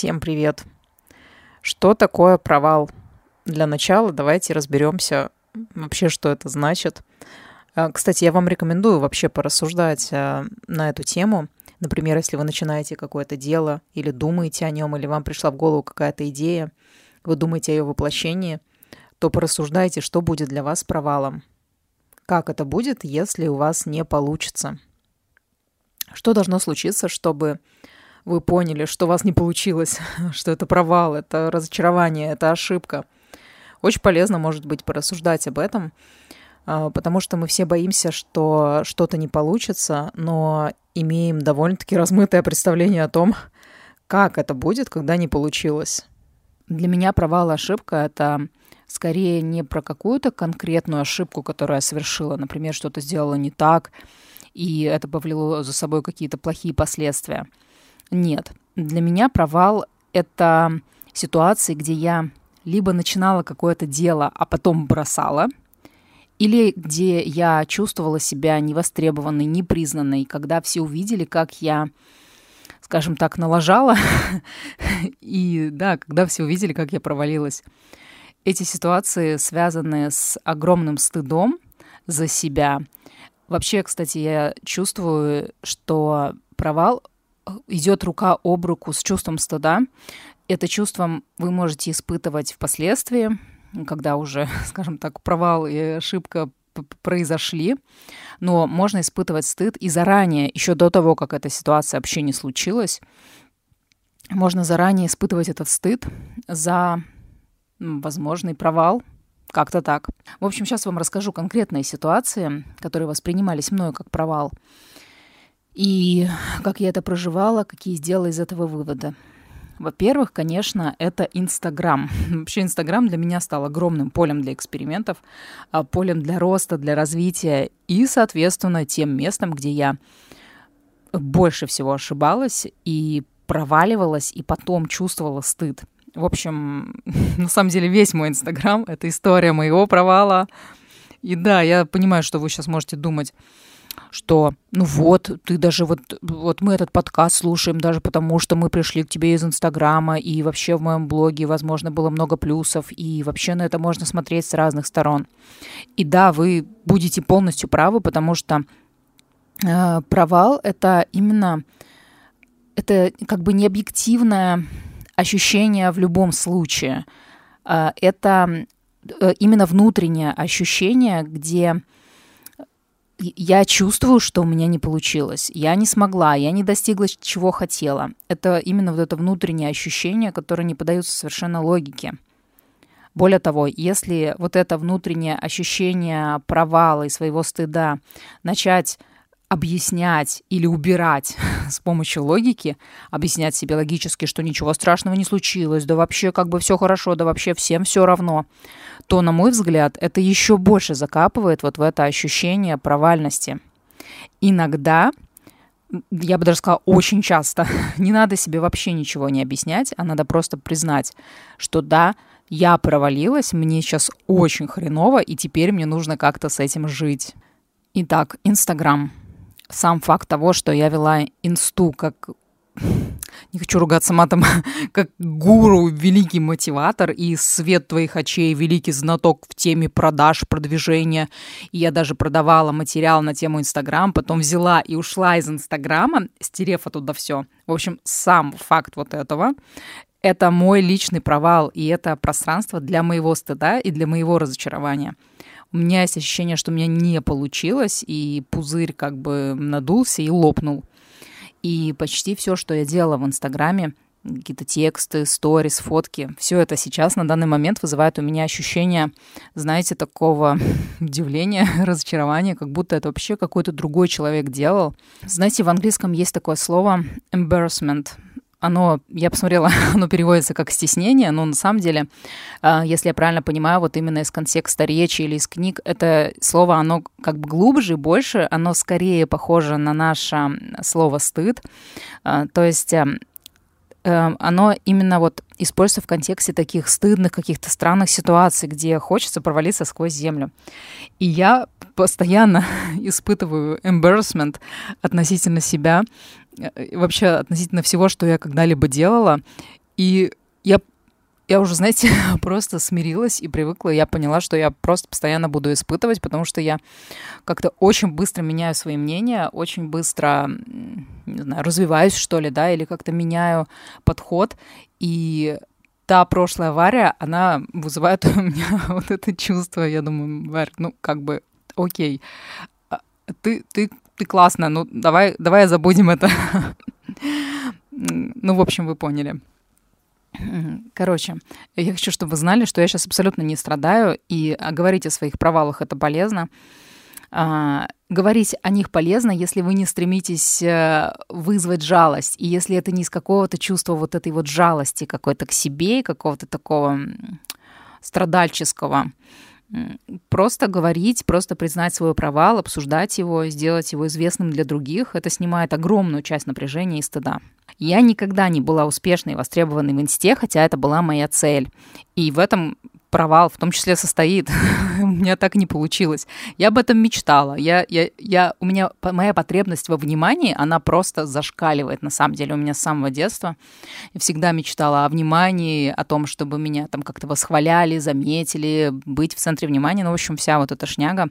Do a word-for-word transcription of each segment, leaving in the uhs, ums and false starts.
Всем привет! Что такое провал? Для начала давайте разберемся вообще, что это значит. А, Кстати, я вам рекомендую вообще порассуждать а, на эту тему. Например, если вы начинаете какое-то дело или думаете о нем, или вам пришла в голову какая-то идея, вы думаете о ее воплощении, то порассуждайте, что будет для вас провалом. Как это будет, если у вас не получится? Что должно случиться, чтобы вы поняли, что у вас не получилось, что это провал, это разочарование, это ошибка? Очень полезно, может быть, порассуждать об этом, а, потому что мы все боимся, что что-то не получится, но имеем довольно-таки размытое представление о том, как это будет, когда не получилось. Для меня провал и ошибка — это скорее не про какую-то конкретную ошибку, которую я совершила, например, что-то сделала не так, и это повлекло за собой какие-то плохие последствия. Нет, для меня провал — это ситуации, где я либо начинала какое-то дело, а потом бросала, или где я чувствовала себя невостребованной, непризнанной, когда все увидели, как я, скажем так, налажала, и да, когда все увидели, как я провалилась. Эти ситуации связаны с огромным стыдом за себя. Вообще, кстати, я чувствую, что провал идет рука об руку с чувством стыда. Это чувство вы можете испытывать впоследствии, когда уже, скажем так, провал и ошибка п- произошли. Но можно испытывать стыд и заранее, еще до того, как эта ситуация вообще не случилась, можно заранее испытывать этот стыд за м, возможный провал. Как-то так. В общем, сейчас вам расскажу конкретные ситуации, которые воспринимались мною как провал. И как я это проживала, какие сделала из этого выводы. Во-первых, конечно, это Инстаграм. Вообще Инстаграм для меня стал огромным полем для экспериментов, а, полем для роста, для развития и, соответственно, тем местом, где я больше всего ошибалась и проваливалась, и потом чувствовала стыд. В общем, на самом деле весь мой Инстаграм — это история моего провала. И да, я понимаю, что вы сейчас можете думать, что ну вот, ты даже вот, вот мы этот подкаст слушаем даже потому, что мы пришли к тебе из Инстаграма, и вообще в моем блоге, возможно, было много плюсов, и вообще на это можно смотреть с разных сторон. И да, вы будете полностью правы, потому что э, провал — это именно, это как бы не объективное ощущение в любом случае. Э, это э, именно внутреннее ощущение, где я чувствую, что у меня не получилось. Я не смогла, я не достигла, чего хотела. Это именно вот это внутреннее ощущение, которое не поддается совершенно логике. Более того, если вот это внутреннее ощущение провала и своего стыда начать объяснять или убирать с помощью логики, объяснять себе логически, что ничего страшного не случилось, да вообще как бы все хорошо, да вообще всем все равно, то, на мой взгляд, это еще больше закапывает вот в это ощущение провальности. Иногда, я бы даже сказала, очень часто, не надо себе вообще ничего не объяснять, а надо просто признать, что да, я провалилась, мне сейчас очень хреново, и теперь мне нужно как-то с этим жить. Итак, Инстаграм. Сам факт того, что я вела инсту как, не хочу ругаться матом, как гуру, великий мотиватор и свет твоих очей, великий знаток в теме продаж, продвижения. И я даже продавала материал на тему Инстаграм, потом взяла и ушла из Инстаграма, стерев оттуда все. В общем, сам факт вот этого — это мой личный провал, и это пространство для моего стыда и для моего разочарования. У меня есть ощущение, что у меня не получилось, и пузырь как бы надулся и лопнул. И почти все, что я делала в Инстаграме, какие-то тексты, сторис, фотки, все это сейчас на данный момент вызывает у меня ощущение, знаете, такого удивления, разочарования, как будто это вообще какой-то другой человек делал. Знаете, в английском есть такое слово embarrassment. Оно, я посмотрела, оно переводится как стеснение, но на самом деле, если я правильно понимаю, вот именно из контекста речи или из книг, это слово, оно как бы глубже, больше, оно скорее похоже на наше слово «стыд». То есть оно именно вот используется в контексте таких стыдных, каких-то странных ситуаций, где хочется провалиться сквозь землю. И я постоянно испытываю embarrassment относительно себя, вообще относительно всего, что я когда-либо делала. И я, я уже, знаете, просто смирилась и привыкла. Я поняла, что я просто постоянно буду испытывать, потому что я как-то очень быстро меняю свои мнения, очень быстро, не знаю, развиваюсь, что ли, да, или как-то меняю подход. И та прошлая авария, она вызывает у меня вот это чувство. Я думаю, Варь, ну, как бы, окей, ты, ты, ты классная, ну, давай, давай забудем это. Ну, в общем, вы поняли. Короче, я хочу, чтобы вы знали, что я сейчас абсолютно не страдаю, и говорить о своих провалах — это полезно. А, говорить о них полезно, если вы не стремитесь вызвать жалость, и если это не из какого-то чувства вот этой вот жалости какой-то к себе, какого-то такого страдальческого. Просто говорить, просто признать свой провал, обсуждать его, сделать его известным для других — это снимает огромную часть напряжения и стыда. Я никогда не была успешной и востребованной в инсте, хотя это была моя цель. И в этом провал в том числе состоит. У меня так не получилось. Я об этом мечтала. Я, я, я, у меня моя потребность во внимании, она просто зашкаливает, на самом деле, у меня с самого детства. Я всегда мечтала о внимании, о том, чтобы меня там как-то восхваляли, заметили, быть в центре внимания. Ну, в общем, вся вот эта шняга.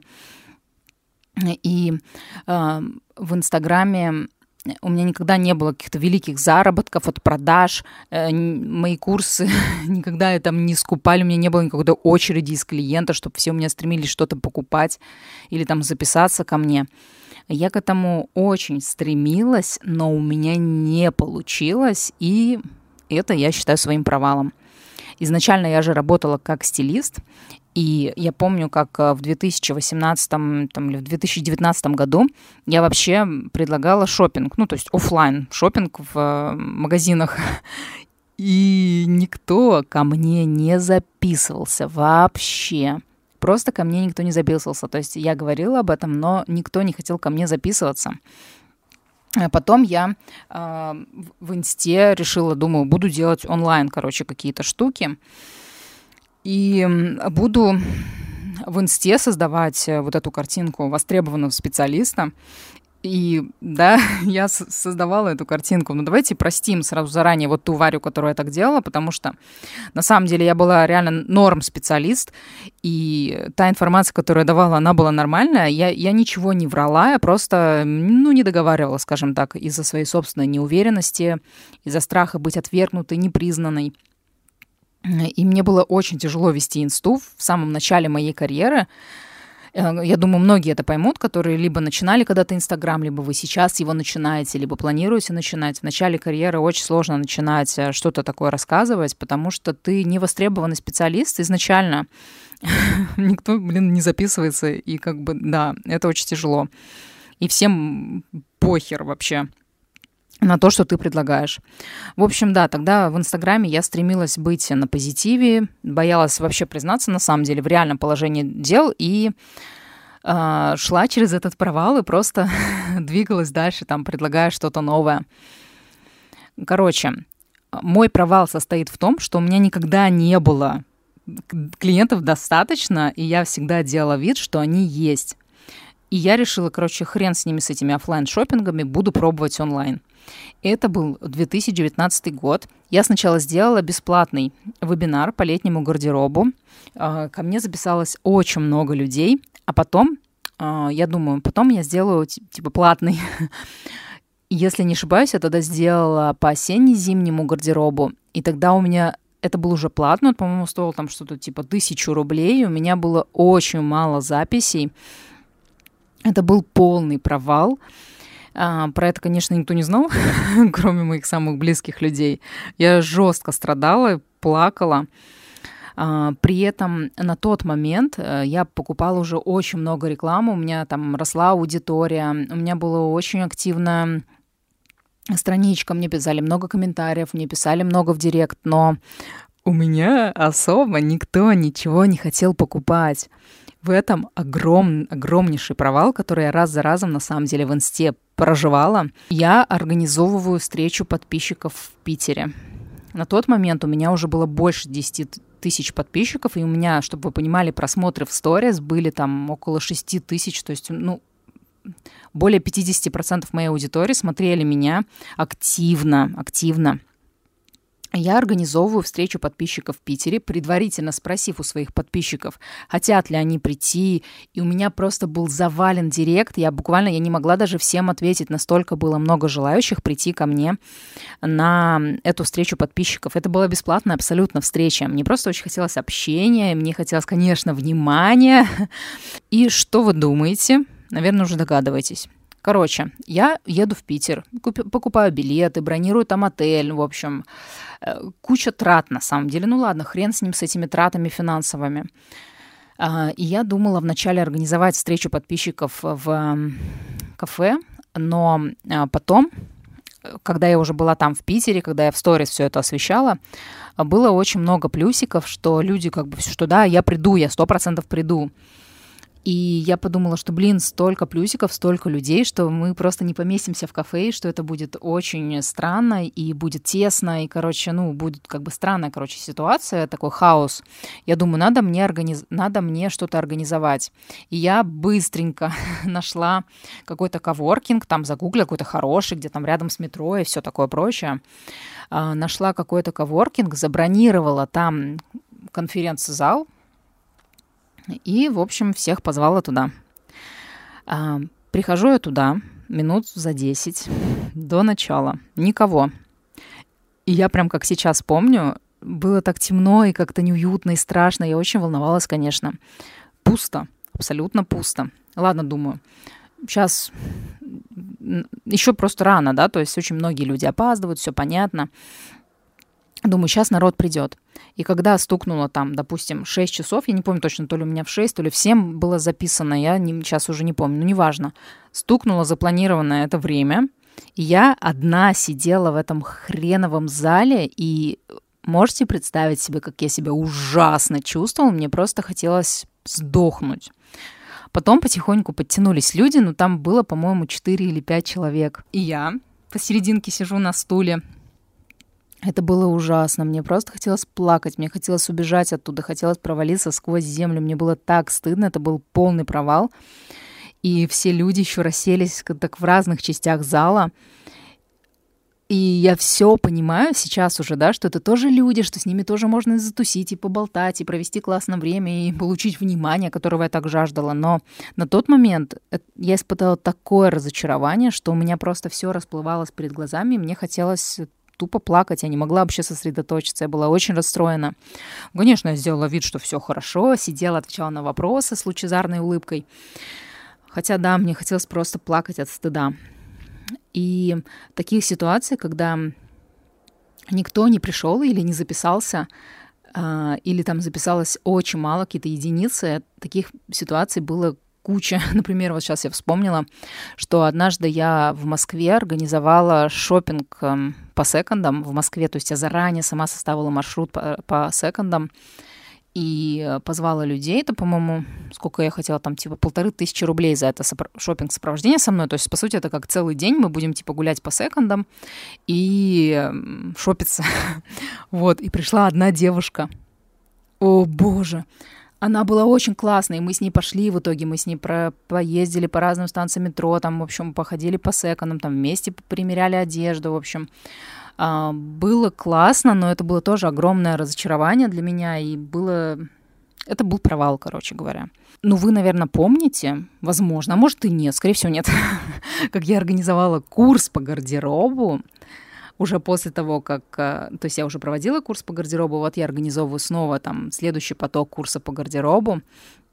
И э, в Инстаграме у меня никогда не было каких-то великих заработков от продаж. Мои курсы никогда там не скупали. У меня не было никакой очереди из клиента, чтобы все у меня стремились что-то покупать или там записаться ко мне. Я к этому очень стремилась, но у меня не получилось, и это я считаю своим провалом. Изначально я же работала как стилист, и я помню, как в две тысячи восемнадцатом там, или в две тысячи девятнадцатом году я вообще предлагала шопинг, ну, то есть офлайн шопинг в магазинах. И никто ко мне не записывался вообще. Просто ко мне никто не записывался. То есть я говорила об этом, но никто не хотел ко мне записываться. Потом я э, в инсте решила, думаю, буду делать онлайн, короче, какие-то штуки. И буду в инсте создавать вот эту картинку востребованного специалиста. И да, я создавала эту картинку. Но давайте простим сразу заранее вот ту Варю, которую я так делала, потому что на самом деле я была реально норм-специалист, и та информация, которую я давала, она была нормальная. Я, я ничего не врала, я просто, ну, не договаривала, скажем так, из-за своей собственной неуверенности, из-за страха быть отвергнутой, непризнанной. И мне было очень тяжело вести инсту в самом начале моей карьеры. Я думаю, многие это поймут, которые либо начинали когда-то Инстаграм, либо вы сейчас его начинаете, либо планируете начинать. В начале карьеры очень сложно начинать что-то такое рассказывать, потому что ты не востребованный специалист изначально. Никто, блин, не записывается, и как бы, да, это очень тяжело. И всем похер вообще на то, что ты предлагаешь. В общем, да, тогда в Инстаграме я стремилась быть на позитиве, боялась вообще признаться, на самом деле, в реальном положении дел, и э, шла через этот провал и просто двигалась дальше, там, предлагая что-то новое. Короче, мой провал состоит в том, что у меня никогда не было клиентов достаточно, и я всегда делала вид, что они есть. И я решила, короче, хрен с ними, с этими офлайн-шоппингами, буду пробовать онлайн. Это был две тысячи девятнадцатый год. Я сначала сделала бесплатный вебинар по летнему гардеробу. Ко мне записалось очень много людей, а потом, я думаю, потом я сделаю типа платный. Если не ошибаюсь, я тогда сделала по осенне-зимнему гардеробу, и тогда у меня это был уже платно, по-моему, стоило там что-то типа тысячу рублей, у меня было очень мало записей. Это был полный провал. А, про это, конечно, никто не знал, кроме моих самых близких людей. Я жестко страдала, плакала. А, при этом на тот момент я покупала уже очень много рекламы, у меня там росла аудитория, у меня была очень активная страничка, мне писали много комментариев, мне писали много в директ, но у меня особо никто ничего не хотел покупать. В этом огром, огромнейший провал, который я раз за разом на самом деле в инсте проживала. Я организовываю встречу подписчиков в Питере. На тот момент у меня уже было больше десять тысяч подписчиков, и у меня, чтобы вы понимали, просмотры в сторис были там около шесть тысяч, то есть, ну, более пятьдесят процентов моей аудитории смотрели меня активно, активно. Я организовываю встречу подписчиков в Питере, предварительно спросив у своих подписчиков, хотят ли они прийти. И у меня просто был завален директ. Я буквально я не могла даже всем ответить. Настолько было много желающих прийти ко мне на эту встречу подписчиков. Это была бесплатная абсолютно встреча. Мне просто очень хотелось общения, мне хотелось, конечно, внимания. И что вы думаете? Наверное, уже догадываетесь. Короче, я еду в Питер, куп- покупаю билеты, бронирую там отель, в общем, э, куча трат на самом деле. Ну ладно, хрен с ним, с этими тратами финансовыми. А, и я думала вначале организовать встречу подписчиков в м, кафе, но а, потом, когда я уже была там в Питере, когда я в сторис все это освещала, было очень много плюсиков, что люди как бы, что да, я приду, я сто процентов приду. И я подумала, что, блин, столько плюсиков, столько людей, что мы просто не поместимся в кафе, и что это будет очень странно и будет тесно, и, короче, ну, будет как бы странная, короче, ситуация, такой хаос. Я думаю, надо мне, организ... надо мне что-то организовать. И я быстренько нашла какой-то коворкинг, там загуглила какой-то хороший, где там рядом с метро и все такое прочее. А, нашла какой-то коворкинг, забронировала там конференц-зал, и, в общем, всех позвала туда. А, прихожу я туда минут за десять до начала. Никого. И я прям как сейчас помню, было так темно и как-то неуютно и страшно. Я очень волновалась, конечно. Пусто. Абсолютно пусто. Ладно, думаю. Сейчас еще просто рано, да, то есть очень многие люди опаздывают, все понятно. Думаю, сейчас народ придет. И когда стукнуло там, допустим, шесть часов, я не помню точно, то ли у меня в шесть, то ли в семь было записано, я не, сейчас уже не помню, но неважно. Стукнуло запланированное это время, и я одна сидела в этом хреновом зале, и можете представить себе, как я себя ужасно чувствовала, мне просто хотелось сдохнуть. Потом потихоньку подтянулись люди, но там было, по-моему, четыре или пять человек. И я посерединке сижу на стуле. Это было ужасно. Мне просто хотелось плакать, мне хотелось убежать оттуда, хотелось провалиться сквозь землю. Мне было так стыдно, это был полный провал. И все люди еще расселись так в разных частях зала. И я все понимаю сейчас уже, да, что это тоже люди, что с ними тоже можно и затусить, и поболтать, и провести классное время, и получить внимание, которого я так жаждала. Но на тот момент я испытала такое разочарование, что у меня просто все расплывалось перед глазами, и мне хотелось тупо плакать, я не могла вообще сосредоточиться, я была очень расстроена. Конечно, я сделала вид, что все хорошо, сидела, отвечала на вопросы с лучезарной улыбкой. Хотя, да, мне хотелось просто плакать от стыда. И таких ситуаций, когда никто не пришел или не записался, или там записалось очень мало, какие-то единицы, таких ситуаций было куча. Например, вот сейчас я вспомнила, что однажды я в Москве организовала шопинг по секондам в Москве, то есть я заранее сама составила маршрут по, по секондам и позвала людей. Это, по-моему, сколько я хотела, там, типа, полторы тысячи рублей за это сопро- шопинг-сопровождение со мной. То есть, по сути, это как целый день мы будем, типа, гулять по секондам и шопиться. Вот, и пришла одна девушка. О, боже! Она была очень классной, мы с ней пошли, в итоге мы с ней про- поездили по разным станциям метро, там, в общем, походили по секондам, там, вместе примеряли одежду, в общем. А, было классно, но это было тоже огромное разочарование для меня, и было... Это был провал, короче говоря. Ну, вы, наверное, помните, возможно, а может и нет, скорее всего, нет, как я организовала курс по гардеробу, уже после того, как... То есть я уже проводила курс по гардеробу, вот я организовываю снова там следующий поток курса по гардеробу.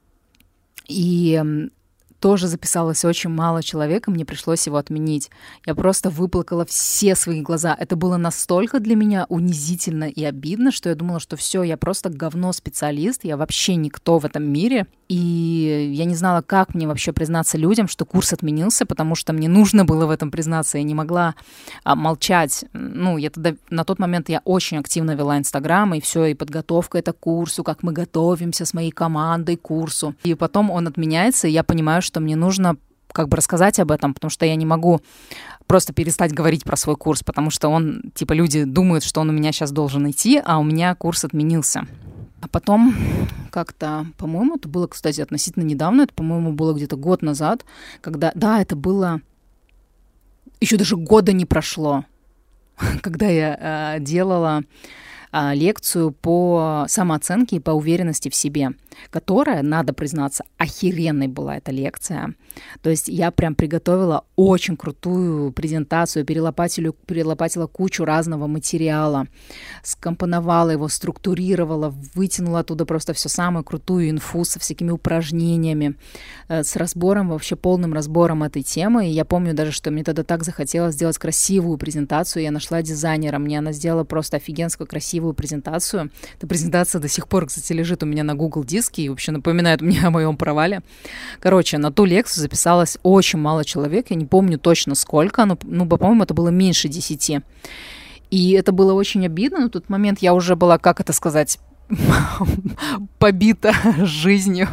И тоже записалось очень мало человек, и мне пришлось его отменить. Я просто выплакала все свои глаза. Это было настолько для меня унизительно и обидно, что я думала, что все, я просто говно-специалист, я вообще никто в этом мире. И я не знала, как мне вообще признаться людям, что курс отменился, потому что мне нужно было в этом признаться. Я не могла а, молчать. Ну, я тогда, на тот момент я очень активно вела Инстаграм, и все, и подготовка это к курсу, как мы готовимся с моей командой к курсу. И потом он отменяется, и я понимаю, что мне нужно как бы рассказать об этом, потому что я не могу просто перестать говорить про свой курс, потому что он, типа, люди думают, что он у меня сейчас должен идти, а у меня курс отменился. А потом как-то, по-моему, это было, кстати, относительно недавно, это, по-моему, было где-то год назад, когда, да, это было, еще даже года не прошло. когда я э, делала э, лекцию по самооценке и по уверенности в себе, которая, надо признаться, охеренной была эта лекция. То есть я прям приготовила очень крутую презентацию, перелопатила, перелопатила кучу разного материала, скомпоновала его, структурировала, вытянула оттуда просто всю самую крутую инфу со всякими упражнениями, с разбором, вообще полным разбором этой темы. И я помню даже, что мне тогда так захотелось сделать красивую презентацию. Я нашла дизайнера, мне она сделала просто офигенскую красивую презентацию. Эта презентация до сих пор, кстати, лежит у меня на Google диске и вообще напоминает мне о моем провале. Короче, на ту лекцию записалось очень мало человек, я не помню точно сколько, но, ну, по-моему, это было меньше десяти. И это было очень обидно, но в тот момент я уже была, как это сказать, побита жизнью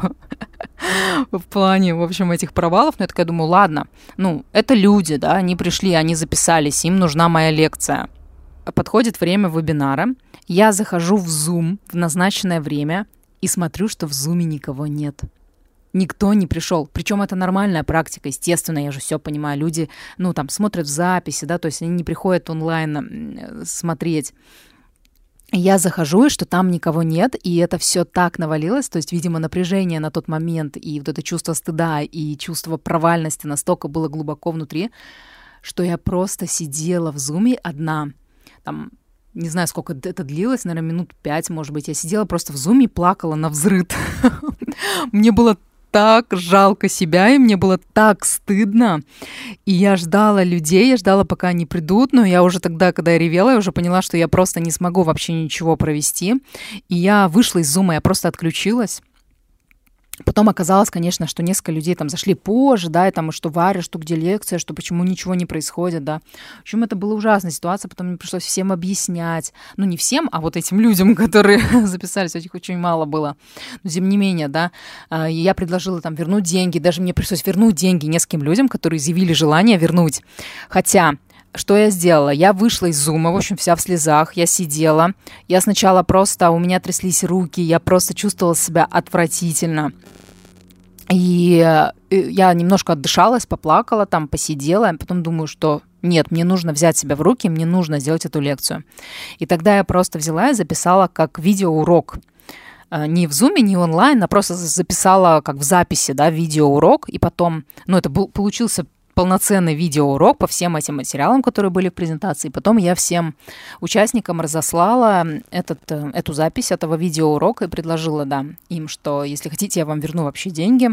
в плане, в общем, этих провалов. Но я такая думаю, ладно, ну, это люди, да, они пришли, они записались, им нужна моя лекция. Подходит время вебинара, я захожу в Zoom в назначенное время и смотрю, что в Zoom никого нет. Никто не пришел. Причем это нормальная практика, естественно, я же все понимаю. Люди, ну, там, смотрят в записи, да, то есть они не приходят онлайн смотреть. Я захожу, и что там никого нет, и это все так навалилось, то есть, видимо, напряжение на тот момент, и вот это чувство стыда, и чувство провальности настолько было глубоко внутри, что я просто сидела в зуме одна, там, не знаю, сколько это длилось, наверное, минут пять, может быть, я сидела просто в зуме и плакала навзрыд. Мне было так жалко себя, и мне было так стыдно. И я ждала людей, я ждала, пока они придут, но я уже тогда, когда я ревела, я уже поняла, что я просто не смогу вообще ничего провести. И я вышла из зума, я просто отключилась. Потом оказалось, конечно, что несколько людей там зашли позже, да, и там, что Варя, что где лекция, что почему ничего не происходит, да. В общем, это была ужасная ситуация, потом мне пришлось всем объяснять. Ну, не всем, а вот этим людям, которые записались, этих очень мало было. Но, тем не менее, да, я предложила там вернуть деньги, даже мне пришлось вернуть деньги нескольким людям, которые изъявили желание вернуть. Хотя... Что я сделала? Я вышла из зума, в общем, вся в слезах, я сидела. Я сначала просто, у меня тряслись руки, я просто чувствовала себя отвратительно. И я немножко отдышалась, поплакала там, посидела, а потом думаю, что нет, мне нужно взять себя в руки, мне нужно сделать эту лекцию. И тогда я просто взяла и записала как видеоурок. Не в зуме, не онлайн, а просто записала как в записи, да, видеоурок. И потом, ну, это был, получился полноценный видеоурок по всем этим материалам, которые были в презентации. Потом я всем участникам разослала этот, эту запись этого видеоурока и предложила, да, им, что если хотите, я вам верну вообще деньги.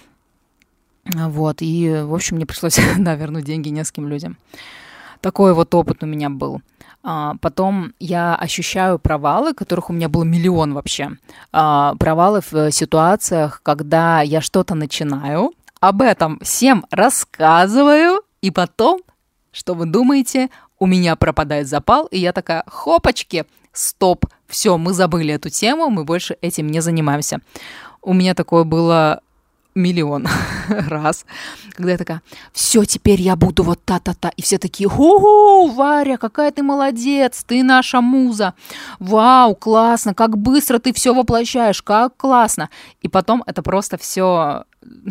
Вот, и, в общем, мне пришлось, да, вернуть деньги нескольким людям. Такой вот опыт у меня был. А, потом я ощущаю провалы, которых у меня было миллион вообще. А, провалы в ситуациях, когда я что-то начинаю, об этом всем рассказываю, и потом, что вы думаете, у меня пропадает запал, и я такая, хопочки, стоп, все, мы забыли эту тему, мы больше этим не занимаемся. У меня такое было миллион раз, когда я такая, все, теперь я буду вот та-та-та, и все такие, ху-ху, Варя, какая ты молодец, ты наша муза, вау, классно, как быстро ты все воплощаешь, как классно. И потом это просто все...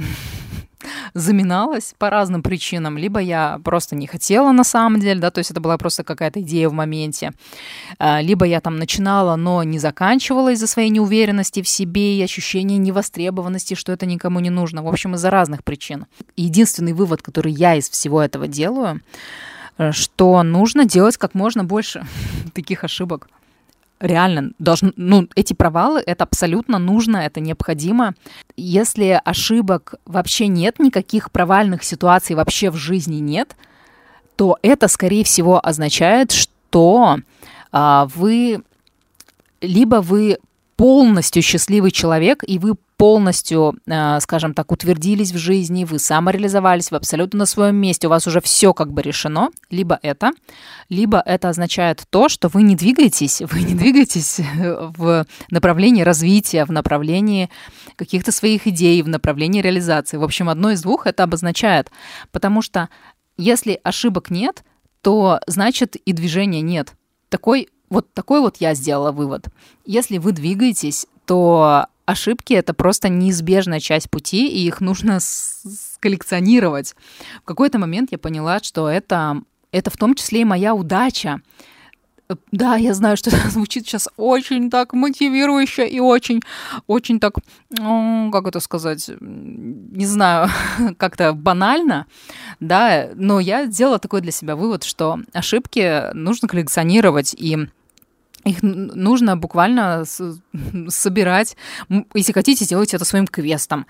заминалась по разным причинам. Либо я просто не хотела на самом деле, да, то есть это была просто какая-то идея в моменте. Либо я там начинала, но не заканчивала из-за своей неуверенности в себе и ощущения невостребованности, что это никому не нужно. В общем, из-за разных причин. Единственный вывод, который я из всего этого делаю, что нужно делать как можно больше таких ошибок. Реально, должен, ну, эти провалы, это абсолютно нужно, это необходимо. Если ошибок вообще нет, никаких провальных ситуаций вообще в жизни нет, то это, скорее всего, означает, что а, вы, либо вы полностью счастливый человек, и вы полностью, э, скажем так, утвердились в жизни, вы самореализовались, вы абсолютно на своем месте, у вас уже все как бы решено, либо это, либо это означает то, что вы не двигаетесь, вы не двигаетесь в направлении развития, в направлении каких-то своих идей, в направлении реализации. В общем, одно из двух это обозначает, потому что если ошибок нет, то значит и движения нет. Такой Вот такой вот я сделала вывод. Если вы двигаетесь, то ошибки — это просто неизбежная часть пути, и их нужно коллекционировать. В какой-то момент я поняла, что это это в том числе и моя удача. Да, я знаю, что это звучит сейчас очень так мотивирующе и очень, очень так, как это сказать, не знаю, как-то банально, да, но я сделала такой для себя вывод, что ошибки нужно коллекционировать, и их нужно буквально собирать. Если хотите, сделайте это своим квестом.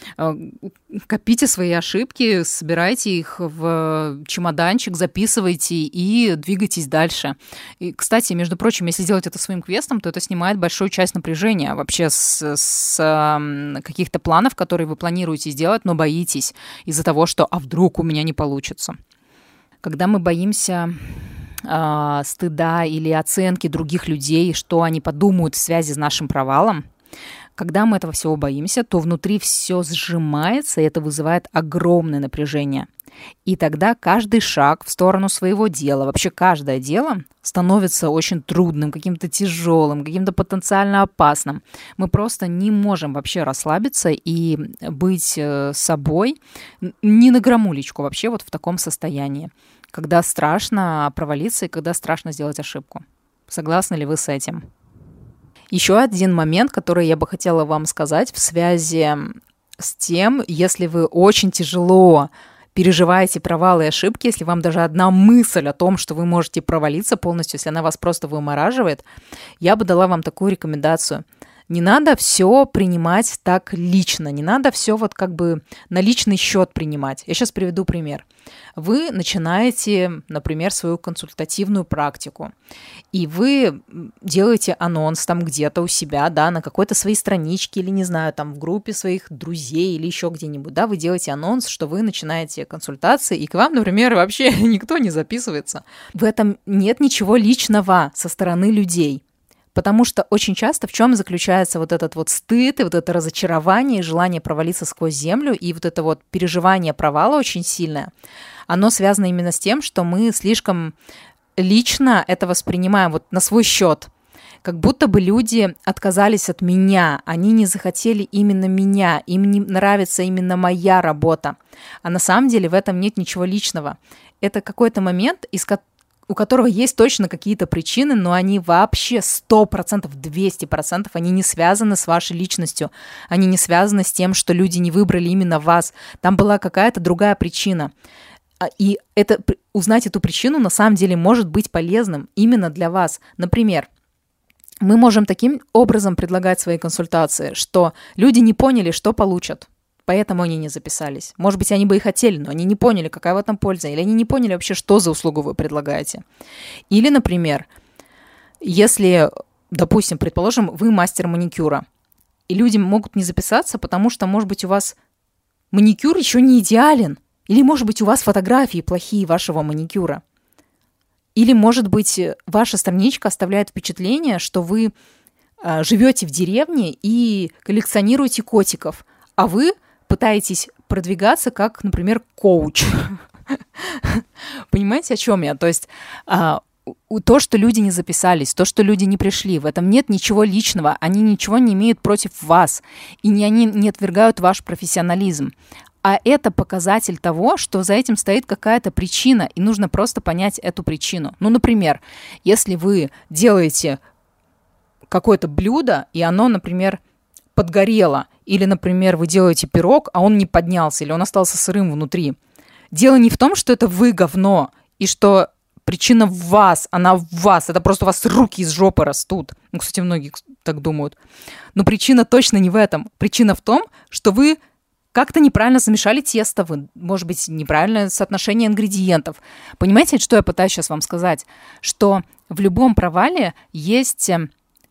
Копите свои ошибки, собирайте их в чемоданчик, записывайте и двигайтесь дальше. И, кстати, между прочим, если сделать это своим квестом, то это снимает большую часть напряжения вообще с, с каких-то планов, которые вы планируете сделать, но боитесь из-за того, что «а вдруг у меня не получится». Когда мы боимся стыда или оценки других людей, что они подумают в связи с нашим провалом, когда мы этого всего боимся, то внутри все сжимается, и это вызывает огромное напряжение. И тогда каждый шаг в сторону своего дела, вообще каждое дело становится очень трудным, каким-то тяжелым, каким-то потенциально опасным. Мы просто не можем вообще расслабиться и быть собой ни на грамулечку вообще вот в таком состоянии, когда страшно провалиться и когда страшно сделать ошибку. Согласны ли вы с этим? Еще один момент, который я бы хотела вам сказать в связи с тем, если вы очень тяжело переживаете провалы и ошибки, если вам даже одна мысль о том, что вы можете провалиться полностью, если она вас просто вымораживает, я бы дала вам такую рекомендацию. Не надо все принимать так лично, не надо все вот как бы на личный счет принимать. Я сейчас приведу пример. Вы начинаете, например, свою консультативную практику, и вы делаете анонс там где-то у себя, да, на какой-то своей страничке или, не знаю, там в группе своих друзей или еще где-нибудь, да, вы делаете анонс, что вы начинаете консультации, и к вам, например, вообще никто не записывается. В этом нет ничего личного со стороны людей. Потому что очень часто в чем заключается вот этот вот стыд и вот это разочарование, и желание провалиться сквозь землю, и вот это вот переживание провала очень сильное, оно связано именно с тем, что мы слишком лично это воспринимаем вот на свой счет. Как будто бы люди отказались от меня, они не захотели именно меня, им не нравится именно моя работа. А на самом деле в этом нет ничего личного. Это какой-то момент, из которого у которого есть точно какие-то причины, но они вообще сто процентов, двести процентов, они не связаны с вашей личностью, они не связаны с тем, что люди не выбрали именно вас. Там была какая-то другая причина. И это, узнать эту причину на самом деле может быть полезным именно для вас. Например, мы можем таким образом предлагать свои консультации, что люди не поняли, что получат. Поэтому они не записались. Может быть, они бы и хотели, но они не поняли, какая в этом польза, или они не поняли вообще, что за услугу вы предлагаете. Или, например, если, допустим, предположим, вы мастер маникюра, и люди могут не записаться, потому что, может быть, у вас маникюр еще не идеален, или, может быть, у вас фотографии плохие вашего маникюра. Или, может быть, ваша страничка оставляет впечатление, что вы а, живете в деревне и коллекционируете котиков, а вы пытаетесь продвигаться как, например, коуч. Понимаете, о чем я? То есть а, то, что люди не записались, то, что люди не пришли, в этом нет ничего личного, они ничего не имеют против вас, и не, они не отвергают ваш профессионализм. А это показатель того, что за этим стоит какая-то причина, и нужно просто понять эту причину. Ну, например, если вы делаете какое-то блюдо, и оно, например, подгорело, или, например, вы делаете пирог, а он не поднялся, или он остался сырым внутри. Дело не в том, что это вы говно, и что причина в вас, она в вас, это просто у вас руки из жопы растут. Ну, кстати, многие так думают. Но причина точно не в этом. Причина в том, что вы как-то неправильно замешали тесто, вы, может быть, неправильное соотношение ингредиентов. Понимаете, что я пытаюсь сейчас вам сказать? Что в любом провале есть э,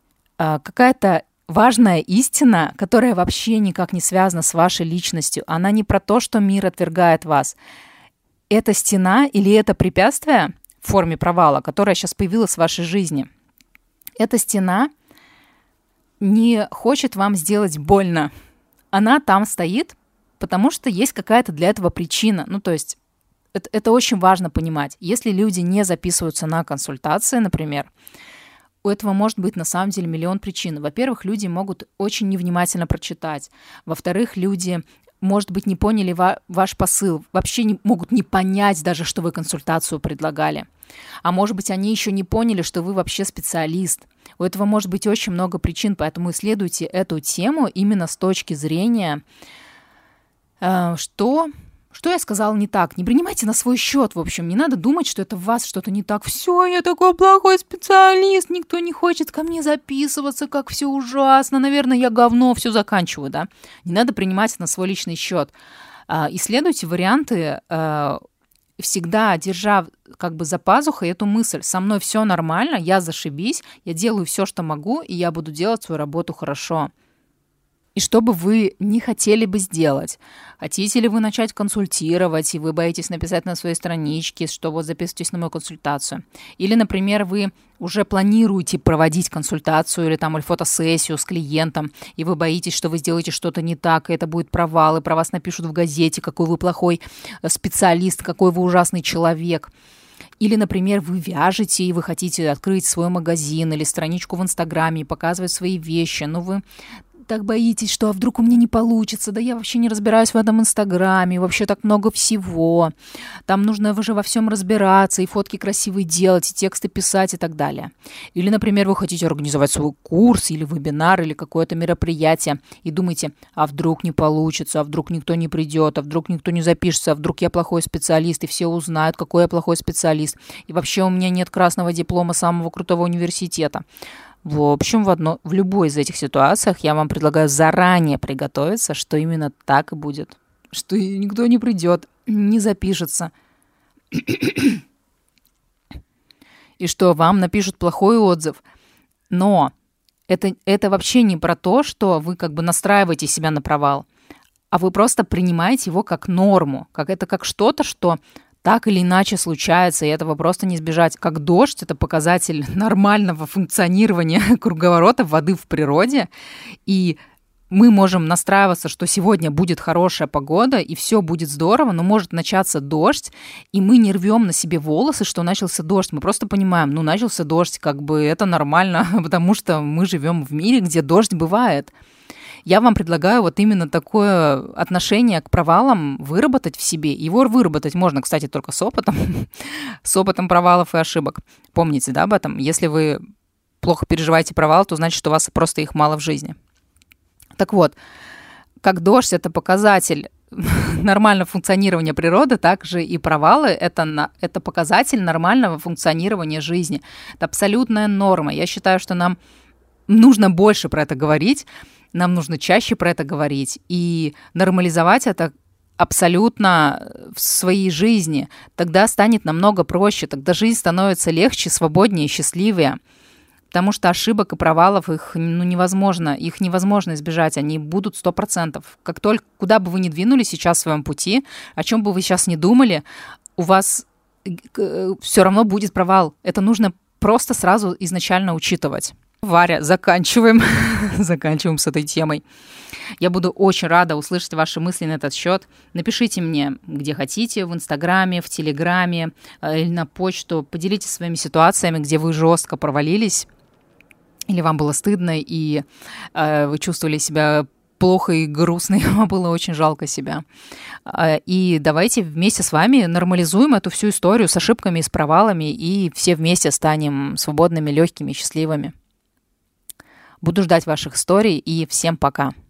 какая-то важная истина, которая вообще никак не связана с вашей личностью. Она не про то, что мир отвергает вас. Это стена или это препятствие в форме провала, которое сейчас появилось в вашей жизни. Эта стена не хочет вам сделать больно. Она там стоит, потому что есть какая-то для этого причина. Ну, то есть это, это очень важно понимать. Если люди не записываются на консультации, например, у этого может быть на самом деле миллион причин. Во-первых, люди могут очень невнимательно прочитать. Во-вторых, люди может быть, не поняли ва- ваш посыл, вообще не, могут не понять даже, что вы консультацию предлагали. А может быть, они еще не поняли, что вы вообще специалист. У этого может быть очень много причин, поэтому исследуйте эту тему именно с точки зрения, э, что... Что я сказала не так? Не принимайте на свой счет, в общем. Не надо думать, что это в вас что-то не так. Все, я такой плохой специалист, никто не хочет ко мне записываться, как все ужасно. Наверное, я говно, все заканчиваю, да? Не надо принимать на свой личный счет. Исследуйте варианты, всегда держа как бы за пазухой эту мысль. Со мной все нормально, я зашибись, я делаю все, что могу, и я буду делать свою работу хорошо. И что бы вы не хотели бы сделать? Хотите ли вы начать консультировать, и вы боитесь написать на своей страничке, что вот записывайтесь на мою консультацию? Или, например, вы уже планируете проводить консультацию или там или фотосессию с клиентом, и вы боитесь, что вы сделаете что-то не так, и это будет провал, и про вас напишут в газете, какой вы плохой специалист, какой вы ужасный человек. Или, например, вы вяжете, и вы хотите открыть свой магазин или страничку в Инстаграме и показывать свои вещи, но вы так боитесь, что а вдруг у меня не получится, да я вообще не разбираюсь в этом Инстаграме, вообще так много всего, там нужно уже во всем разбираться, и фотки красивые делать, и тексты писать и так далее. Или, например, вы хотите организовать свой курс или вебинар, или какое-то мероприятие, и думаете, а вдруг не получится, а вдруг никто не придет, а вдруг никто не запишется, а вдруг я плохой специалист, и все узнают, какой я плохой специалист, и вообще у меня нет красного диплома самого крутого университета. В общем, в, одно, в любой из этих ситуациях я вам предлагаю заранее приготовиться, что именно так и будет. Что никто не придет, не запишется. И что вам напишут плохой отзыв. Но это, это вообще не про то, что вы как бы настраиваете себя на провал, а вы просто принимаете его как норму, как это как что-то, что... так или иначе случается, и этого просто не избежать. Как дождь — это показатель нормального функционирования круговорота воды в природе, и мы можем настраиваться, что сегодня будет хорошая погода, и все будет здорово, но может начаться дождь, и мы не рвем на себе волосы, что начался дождь. Мы просто понимаем, ну, начался дождь, как бы это нормально, потому что мы живем в мире, где дождь бывает. Я вам предлагаю вот именно такое отношение к провалам выработать в себе. Его выработать можно, кстати, только с опытом, с опытом провалов и ошибок. Помните, да, об этом? Если вы плохо переживаете провал, то значит, что у вас просто их мало в жизни. Так вот, как дождь — это показатель нормального функционирования природы, так же и провалы — это, на, это показатель нормального функционирования жизни. Это абсолютная норма. Я считаю, что нам нужно больше про это говорить, нам нужно чаще про это говорить и нормализовать это абсолютно в своей жизни. Тогда станет намного проще, тогда жизнь становится легче, свободнее, счастливее. Потому что ошибок и провалов их ну, невозможно, их невозможно избежать, они будут сто процентов. Как только, куда бы вы ни двинули сейчас в своем пути, о чем бы вы сейчас ни думали, у вас все равно будет провал. Это нужно просто сразу изначально учитывать. Варя, заканчиваем. Заканчиваем с этой темой. Я буду очень рада услышать ваши мысли на этот счет. Напишите мне, где хотите, в Инстаграме, в Телеграме или на почту. Поделитесь своими ситуациями, где вы жестко провалились, или вам было стыдно, и э, вы чувствовали себя плохо и грустно, и вам было очень жалко себя. И давайте вместе с вами нормализуем эту всю историю с ошибками и с провалами, и все вместе станем свободными, легкими, счастливыми. Буду ждать ваших историй, и всем пока.